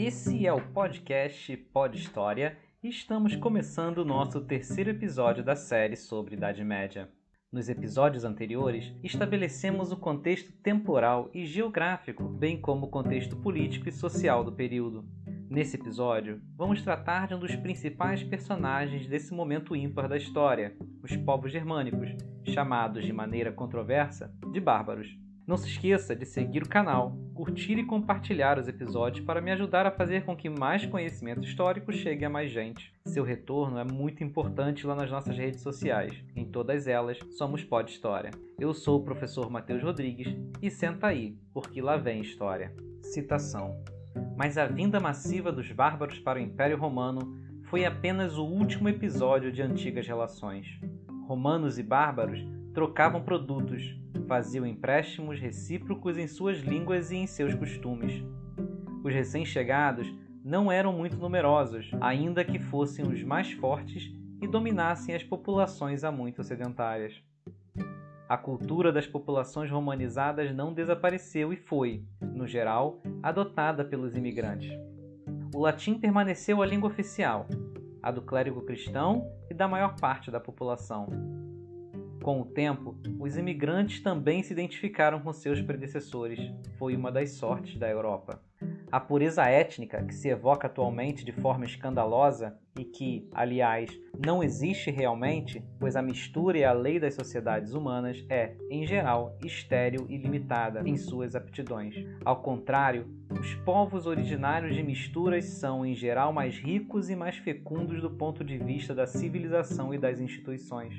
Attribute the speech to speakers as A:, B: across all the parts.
A: Esse é o podcast Pod História e estamos começando o nosso terceiro episódio da série sobre Idade Média. Nos episódios anteriores, estabelecemos o contexto temporal e geográfico, bem como o contexto político e social do período. Nesse episódio, vamos tratar de um dos principais personagens desse momento ímpar da história, os povos germânicos, chamados de maneira controversa de bárbaros. Não se esqueça de seguir o canal, curtir e compartilhar os episódios para me ajudar a fazer com que mais conhecimento histórico chegue a mais gente. Seu retorno é muito importante lá nas nossas redes sociais. Em todas elas, somos Pod História. Eu sou o professor Matheus Rodrigues e senta aí, porque lá vem história. Citação. Mas a vinda massiva dos bárbaros para o Império Romano foi apenas o último episódio de antigas relações. Romanos e bárbaros trocavam produtos, faziam empréstimos recíprocos em suas línguas e em seus costumes. Os recém-chegados não eram muito numerosos, ainda que fossem os mais fortes e dominassem as populações há muito sedentárias. A cultura das populações romanizadas não desapareceu e foi, no geral, adotada pelos imigrantes. O latim permaneceu a língua oficial, a do clérigo cristão e da maior parte da população. Com o tempo, os imigrantes também se identificaram com seus predecessores. Foi uma das sortes da Europa. A pureza étnica, que se evoca atualmente de forma escandalosa e que, aliás, não existe realmente, pois a mistura é a lei das sociedades humanas, é, em geral, estéril e limitada em suas aptidões. Ao contrário, os povos originários de misturas são, em geral, mais ricos e mais fecundos do ponto de vista da civilização e das instituições.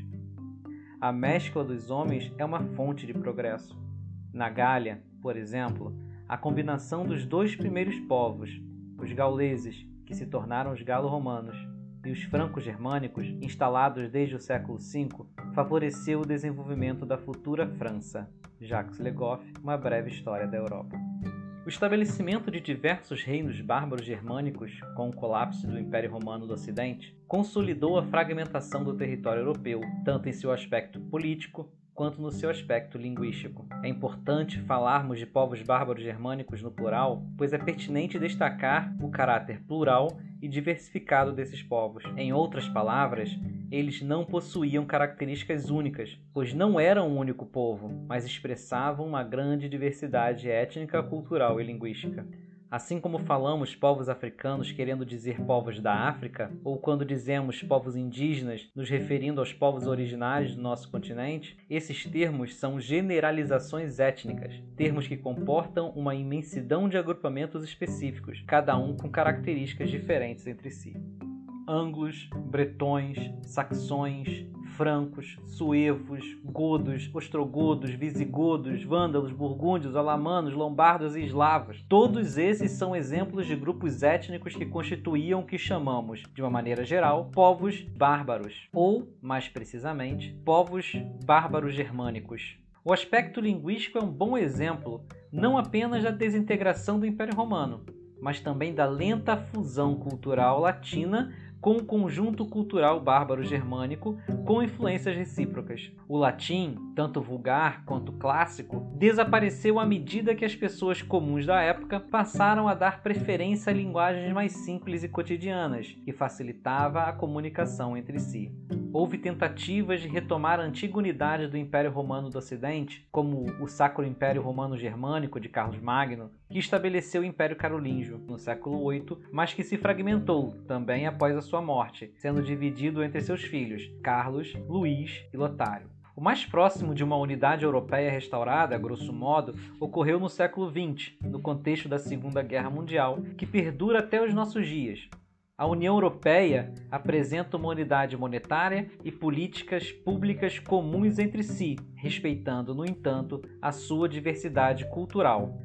A: A mescla dos homens é uma fonte de progresso. Na Gália, por exemplo, a combinação dos dois primeiros povos, os gauleses, que se tornaram os galo-romanos, e os franco-germânicos, instalados desde o século V, favoreceu o desenvolvimento da futura França. Jacques Le Goff, Uma Breve História da Europa. O estabelecimento de diversos reinos bárbaros germânicos, com o colapso do Império Romano do Ocidente, consolidou a fragmentação do território europeu, tanto em seu aspecto político quanto no seu aspecto linguístico. É importante falarmos de povos bárbaros germânicos no plural, pois é pertinente destacar o caráter plural e diversificado desses povos. Em outras palavras, eles não possuíam características únicas, pois não eram um único povo, mas expressavam uma grande diversidade étnica, cultural e linguística. Assim como falamos povos africanos querendo dizer povos da África, ou quando dizemos povos indígenas nos referindo aos povos originários do nosso continente, esses termos são generalizações étnicas, termos que comportam uma imensidão de agrupamentos específicos, cada um com características diferentes entre si. Anglos, bretões, saxões, francos, suevos, godos, ostrogodos, visigodos, vândalos, burgúndios, alamanos, lombardos e eslavos. Todos esses são exemplos de grupos étnicos que constituíam o que chamamos, de uma maneira geral, povos bárbaros, ou, mais precisamente, povos bárbaros germânicos. O aspecto linguístico é um bom exemplo, não apenas da desintegração do Império Romano, mas também da lenta fusão cultural latina com o conjunto cultural bárbaro-germânico com influências recíprocas. O latim, tanto vulgar quanto clássico, desapareceu à medida que as pessoas comuns da época passaram a dar preferência a linguagens mais simples e cotidianas, que facilitava a comunicação entre si. Houve tentativas de retomar a antiga unidade do Império Romano do Ocidente, como o Sacro Império Romano Germânico de Carlos Magno, que estabeleceu o Império Carolíngio no século VIII, mas que se fragmentou também após a sua morte, sendo dividido entre seus filhos, Carlos, Luís e Lotário. O mais próximo de uma unidade europeia restaurada, grosso modo, ocorreu no século XX, no contexto da Segunda Guerra Mundial, que perdura até os nossos dias. A União Europeia apresenta uma unidade monetária e políticas públicas comuns entre si, respeitando, no entanto, a sua diversidade cultural.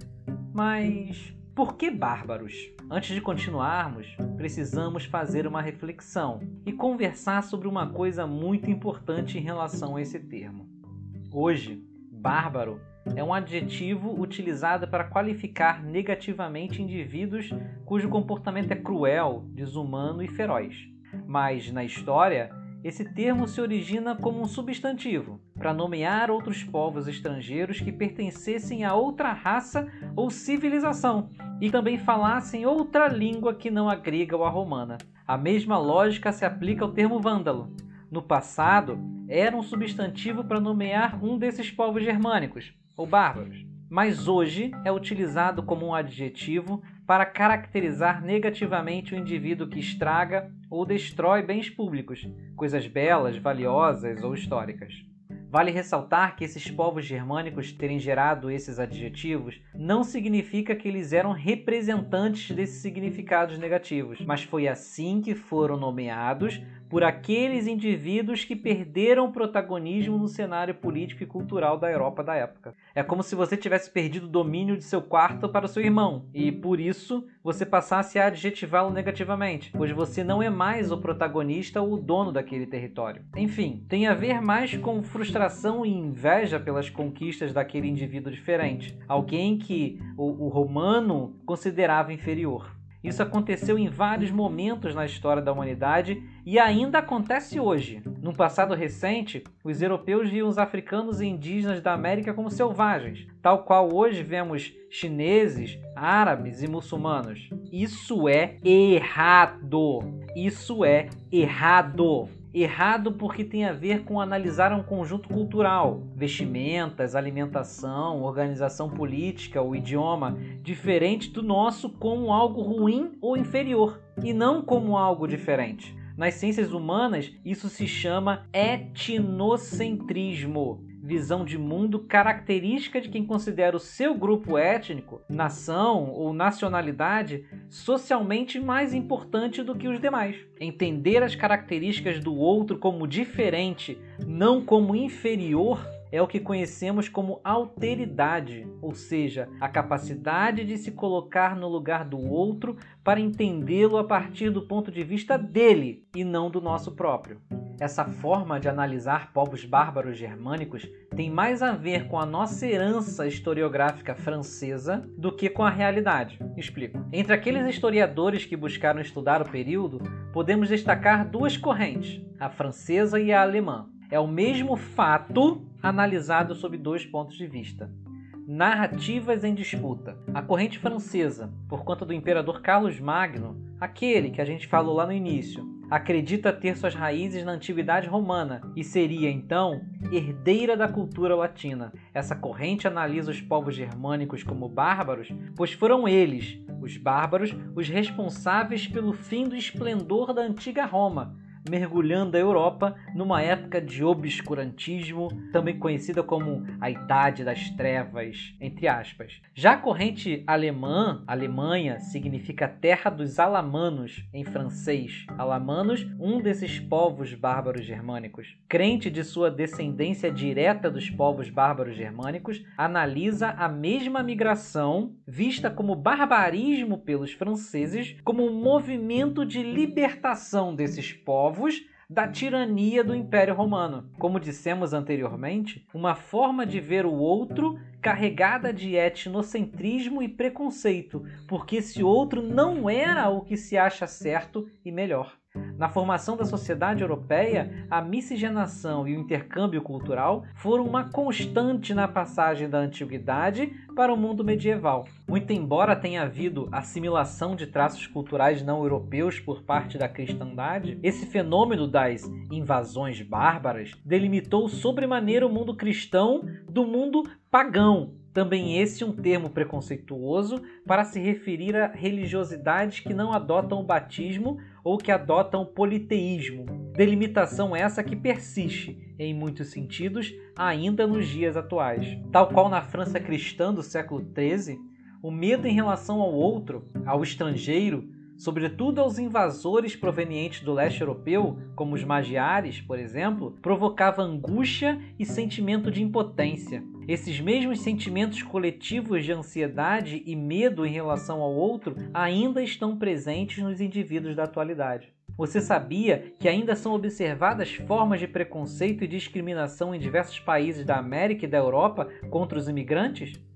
A: Mas por que bárbaros? Antes de continuarmos, precisamos fazer uma reflexão e conversar sobre uma coisa muito importante em relação a esse termo. Hoje, bárbaro é um adjetivo utilizado para qualificar negativamente indivíduos cujo comportamento é cruel, desumano e feroz. Mas, na história, esse termo se origina como um substantivo, para nomear outros povos estrangeiros que pertencessem a outra raça ou civilização e também falassem outra língua que não a grega ou a romana. A mesma lógica se aplica ao termo vândalo. No passado, era um substantivo para nomear um desses povos germânicos, ou bárbaros, mas hoje é utilizado como um adjetivo para caracterizar negativamente o indivíduo que estraga ou destrói bens públicos, coisas belas, valiosas ou históricas. Vale ressaltar que esses povos germânicos terem gerado esses adjetivos não significa que eles eram representantes desses significados negativos, mas foi assim que foram nomeados por aqueles indivíduos que perderam protagonismo no cenário político e cultural da Europa da época. É como se você tivesse perdido o domínio de seu quarto para o seu irmão, e por isso você passasse a adjetivá-lo negativamente, pois você não é mais o protagonista ou o dono daquele território. Enfim, tem a ver mais com frustração e inveja pelas conquistas daquele indivíduo diferente, alguém que o romano considerava inferior. Isso aconteceu em vários momentos na história da humanidade e ainda acontece hoje. Num passado recente, os europeus viam os africanos e indígenas da América como selvagens, tal qual hoje vemos chineses, árabes e muçulmanos. Isso é errado! Isso é errado! Errado porque tem a ver com analisar um conjunto cultural, vestimentas, alimentação, organização política, o idioma, diferente do nosso como algo ruim ou inferior, e não como algo diferente. Nas ciências humanas, isso se chama etnocentrismo, visão de mundo característica de quem considera o seu grupo étnico, nação ou nacionalidade socialmente mais importante do que os demais. Entender as características do outro como diferente, não como inferior, é o que conhecemos como alteridade, ou seja, a capacidade de se colocar no lugar do outro para entendê-lo a partir do ponto de vista dele e não do nosso próprio. Essa forma de analisar povos bárbaros germânicos tem mais a ver com a nossa herança historiográfica francesa do que com a realidade. Explico. Entre aqueles historiadores que buscaram estudar o período, podemos destacar duas correntes, a francesa e a alemã. É o mesmo fato analisado sob dois pontos de vista. Narrativas em disputa. A corrente francesa, por conta do imperador Carlos Magno, aquele que a gente falou lá no início, acredita ter suas raízes na antiguidade romana e seria, então, herdeira da cultura latina. Essa corrente analisa os povos germânicos como bárbaros, pois foram eles, os bárbaros, os responsáveis pelo fim do esplendor da antiga Roma, mergulhando a Europa numa época de obscurantismo, também conhecida como a Idade das Trevas, entre aspas. Já a corrente alemã, Alemanha, significa terra dos alamanos, em francês. Alamanos, um desses povos bárbaros germânicos. Crente de sua descendência direta dos povos bárbaros germânicos, analisa a mesma migração, vista como barbarismo pelos franceses, como um movimento de libertação desses povos da tirania do Império Romano. Como dissemos anteriormente, uma forma de ver o outro carregada de etnocentrismo e preconceito, porque esse outro não era o que se acha certo e melhor. Na formação da sociedade europeia, a miscigenação e o intercâmbio cultural foram uma constante na passagem da antiguidade para o mundo medieval. Muito embora tenha havido assimilação de traços culturais não europeus por parte da cristandade, esse fenômeno das invasões bárbaras delimitou sobremaneira o mundo cristão do mundo pagão. Também esse um termo preconceituoso para se referir a religiosidades que não adotam o batismo ou que adotam o politeísmo. Delimitação essa que persiste, em muitos sentidos, ainda nos dias atuais. Tal qual na França cristã do século XIII, o medo em relação ao outro, ao estrangeiro, sobretudo aos invasores provenientes do leste europeu, como os magiares, por exemplo, provocava angústia e sentimento de impotência. Esses mesmos sentimentos coletivos de ansiedade e medo em relação ao outro ainda estão presentes nos indivíduos da atualidade. Você sabia que ainda são observadas formas de preconceito e discriminação em diversos países da América e da Europa contra os imigrantes?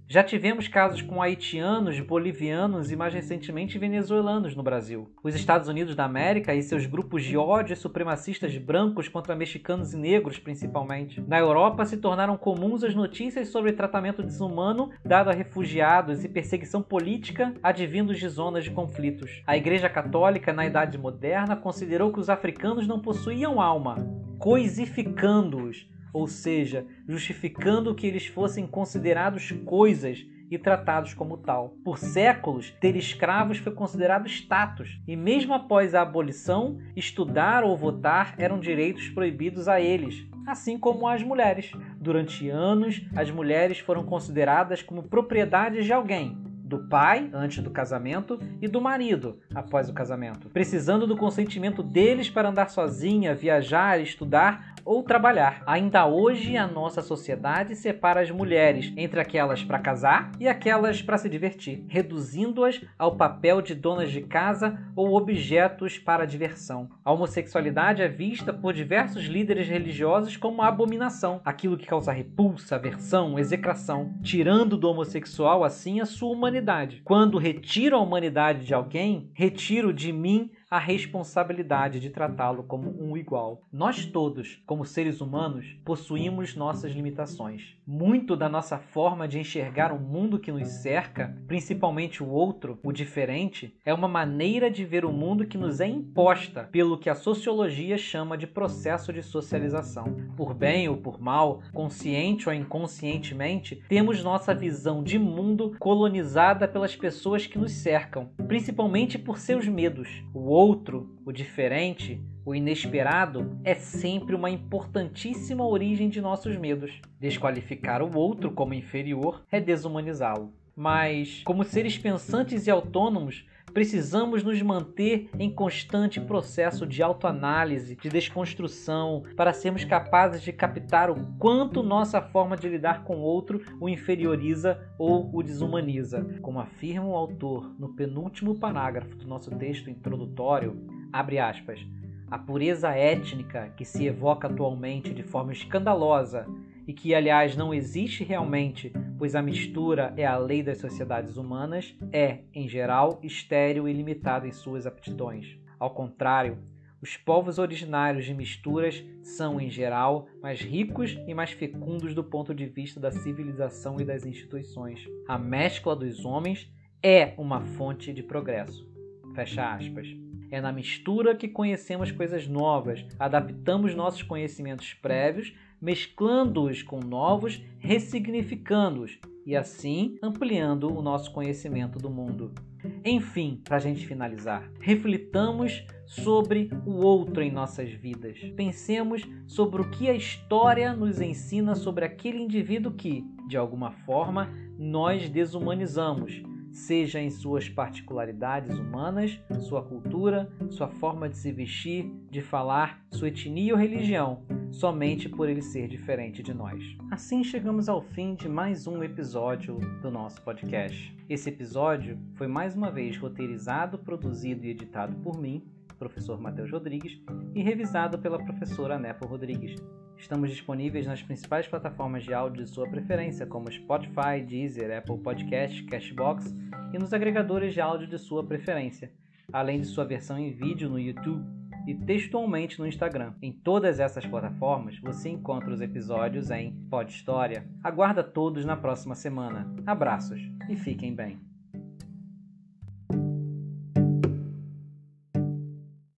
A: Já tivemos casos com haitianos, bolivianos e, mais recentemente, venezuelanos no Brasil. Os Estados Unidos da América e seus grupos de ódio supremacistas brancos contra mexicanos e negros, principalmente. Na Europa, se tornaram comuns as notícias sobre tratamento desumano dado a refugiados e perseguição política advindos de zonas de conflitos. A Igreja Católica, na Idade Moderna, considerou que os africanos não possuíam alma, coisificando-os, ou seja, justificando que eles fossem considerados coisas e tratados como tal. Por séculos, ter escravos foi considerado status, e mesmo após a abolição, estudar ou votar eram direitos proibidos a eles, assim como às mulheres. Durante anos, as mulheres foram consideradas como propriedades de alguém, do pai, antes do casamento, e do marido, após o casamento, precisando do consentimento deles para andar sozinha, viajar, estudar ou trabalhar. Ainda hoje, a nossa sociedade separa as mulheres entre aquelas para casar e aquelas para se divertir, reduzindo-as ao papel de donas de casa ou objetos para diversão. A homossexualidade é vista por diversos líderes religiosos como uma abominação, aquilo que causa repulsa, aversão, execração, tirando do homossexual, assim, a sua humanidade. Quando retiro a humanidade de alguém, retiro de mim a responsabilidade de tratá-lo como um igual. Nós todos, como seres humanos, possuímos nossas limitações. Muito da nossa forma de enxergar o mundo que nos cerca, principalmente o outro, o diferente, é uma maneira de ver o mundo que nos é imposta pelo que a sociologia chama de processo de socialização. Por bem ou por mal, consciente ou inconscientemente, temos nossa visão de mundo colonizada pelas pessoas que nos cercam, principalmente por seus medos. O outro, o diferente, o inesperado, é sempre uma importantíssima origem de nossos medos. Desqualificar o outro como inferior é desumanizá-lo. Mas, como seres pensantes e autônomos, precisamos nos manter em constante processo de autoanálise, de desconstrução, para sermos capazes de captar o quanto nossa forma de lidar com o outro o inferioriza ou o desumaniza. Como afirma o autor no penúltimo parágrafo do nosso texto introdutório, abre aspas, a pureza étnica que se evoca atualmente de forma escandalosa e que, aliás, não existe realmente, pois a mistura é a lei das sociedades humanas, é, em geral, estéril e limitada em suas aptidões. Ao contrário, os povos originários de misturas são, em geral, mais ricos e mais fecundos do ponto de vista da civilização e das instituições. A mescla dos homens é uma fonte de progresso. Fecha aspas. É na mistura que conhecemos coisas novas, adaptamos nossos conhecimentos prévios, mesclando-os com novos, ressignificando-os e assim ampliando o nosso conhecimento do mundo. Enfim, para a gente finalizar, reflitamos sobre o outro em nossas vidas. Pensemos sobre o que a história nos ensina sobre aquele indivíduo que, de alguma forma, nós desumanizamos, seja em suas particularidades humanas, sua cultura, sua forma de se vestir, de falar, sua etnia ou religião, somente por ele ser diferente de nós. Assim chegamos ao fim de mais um episódio do nosso podcast. Esse episódio foi mais uma vez roteirizado, produzido e editado por mim, professor Matheus Rodrigues, e revisado pela professora Nepo Rodrigues. Estamos disponíveis nas principais plataformas de áudio de sua preferência, como Spotify, Deezer, Apple Podcast, Cashbox e nos agregadores de áudio de sua preferência, além de sua versão em vídeo no YouTube e textualmente no Instagram. Em todas essas plataformas, você encontra os episódios em Pod História. Aguarda todos na próxima semana. Abraços e fiquem bem.